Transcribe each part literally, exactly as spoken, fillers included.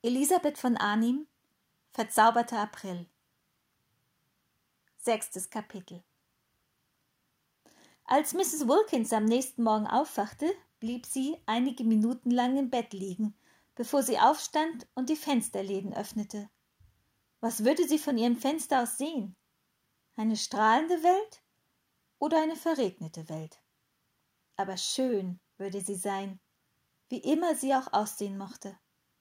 Elisabeth von Arnim, Verzauberter April. Sechstes Kapitel. Als Misses Wilkins am nächsten Morgen aufwachte, blieb sie einige Minuten lang im Bett liegen, bevor sie aufstand und die Fensterläden öffnete. Was würde sie von ihrem Fenster aus sehen? Eine strahlende Welt oder eine verregnete Welt? Aber schön würde sie sein, wie immer sie auch aussehen mochte.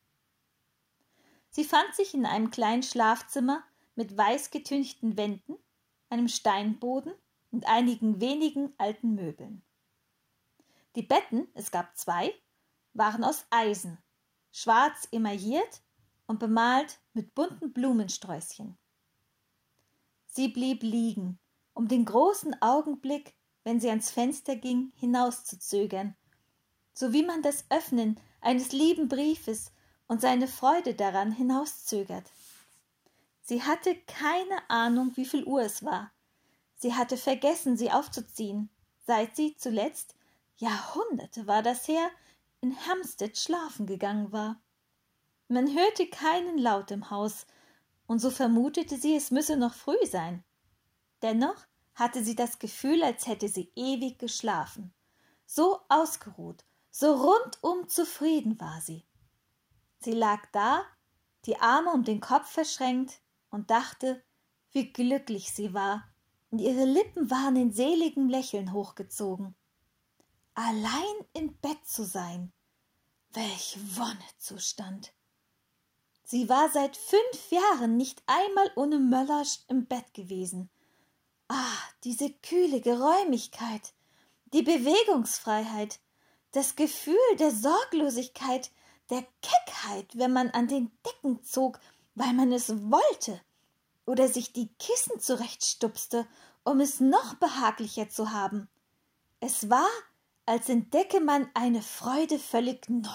Sie fand sich in einem kleinen Schlafzimmer mit weiß getünchten Wänden, einem Steinboden und einigen wenigen alten Möbeln. Die Betten, es gab zwei, waren aus Eisen, schwarz emailliert und bemalt mit bunten Blumensträußchen. Sie blieb liegen, um den großen Augenblick, wenn sie ans Fenster ging, hinauszuzögern, so wie man das Öffnen eines lieben Briefes und seine Freude daran hinauszögert. Sie hatte keine Ahnung, wie viel Uhr es war. Sie hatte vergessen, sie aufzuziehen, seit sie zuletzt, Jahrhunderte war das her, in Hampstead schlafen gegangen war. Man hörte keinen Laut im Haus, und so vermutete sie, es müsse noch früh sein. Dennoch hatte sie das Gefühl, als hätte sie ewig geschlafen. So ausgeruht, so rundum zufrieden war sie. Sie lag da, die Arme um den Kopf verschränkt und dachte, wie glücklich sie war, und ihre Lippen waren in seligem Lächeln hochgezogen. Allein im Bett zu sein, welch Wonnezustand! Sie war seit fünf Jahren nicht einmal ohne Möllersch im Bett gewesen. Ah, diese kühle Geräumigkeit, die Bewegungsfreiheit, das Gefühl der Sorglosigkeit, der Keckheit, wenn man an den Decken zog, weil man es wollte, oder sich die Kissen zurechtstupste, um es noch behaglicher zu haben. Es war, als entdecke man eine Freude völlig neu.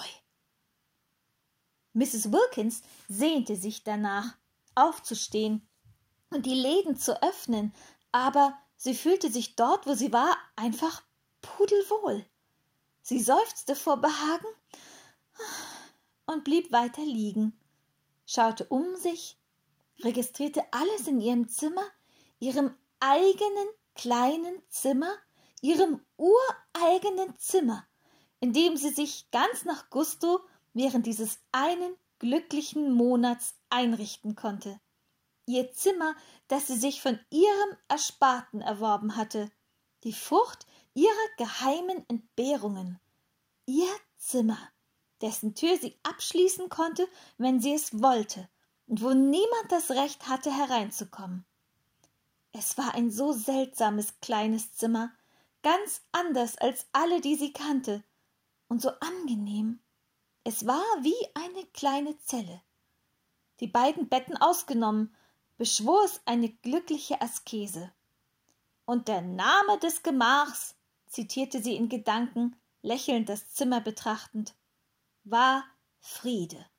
Misses Wilkins sehnte sich danach, aufzustehen und die Läden zu öffnen, aber sie fühlte sich dort, wo sie war, einfach pudelwohl. Sie seufzte vor Behagen und blieb weiter liegen, schaute um sich, registrierte alles in ihrem Zimmer, ihrem eigenen kleinen Zimmer, ihrem ureigenen Zimmer, in dem sie sich ganz nach Gusto während dieses einen glücklichen Monats einrichten konnte. Ihr Zimmer, das sie sich von ihrem Ersparten erworben hatte, die Frucht ihrer geheimen Entbehrungen. Ihr Zimmer, dessen Tür sie abschließen konnte, wenn sie es wollte, und wo niemand das Recht hatte, hereinzukommen. Es war ein so seltsames kleines Zimmer, ganz anders als alle, die sie kannte, und so angenehm. Es war wie eine kleine Zelle. Die beiden Betten ausgenommen, beschwor es eine glückliche Askese. Und der Name des Gemachs, zitierte sie in Gedanken, lächelnd das Zimmer betrachtend, war Friede.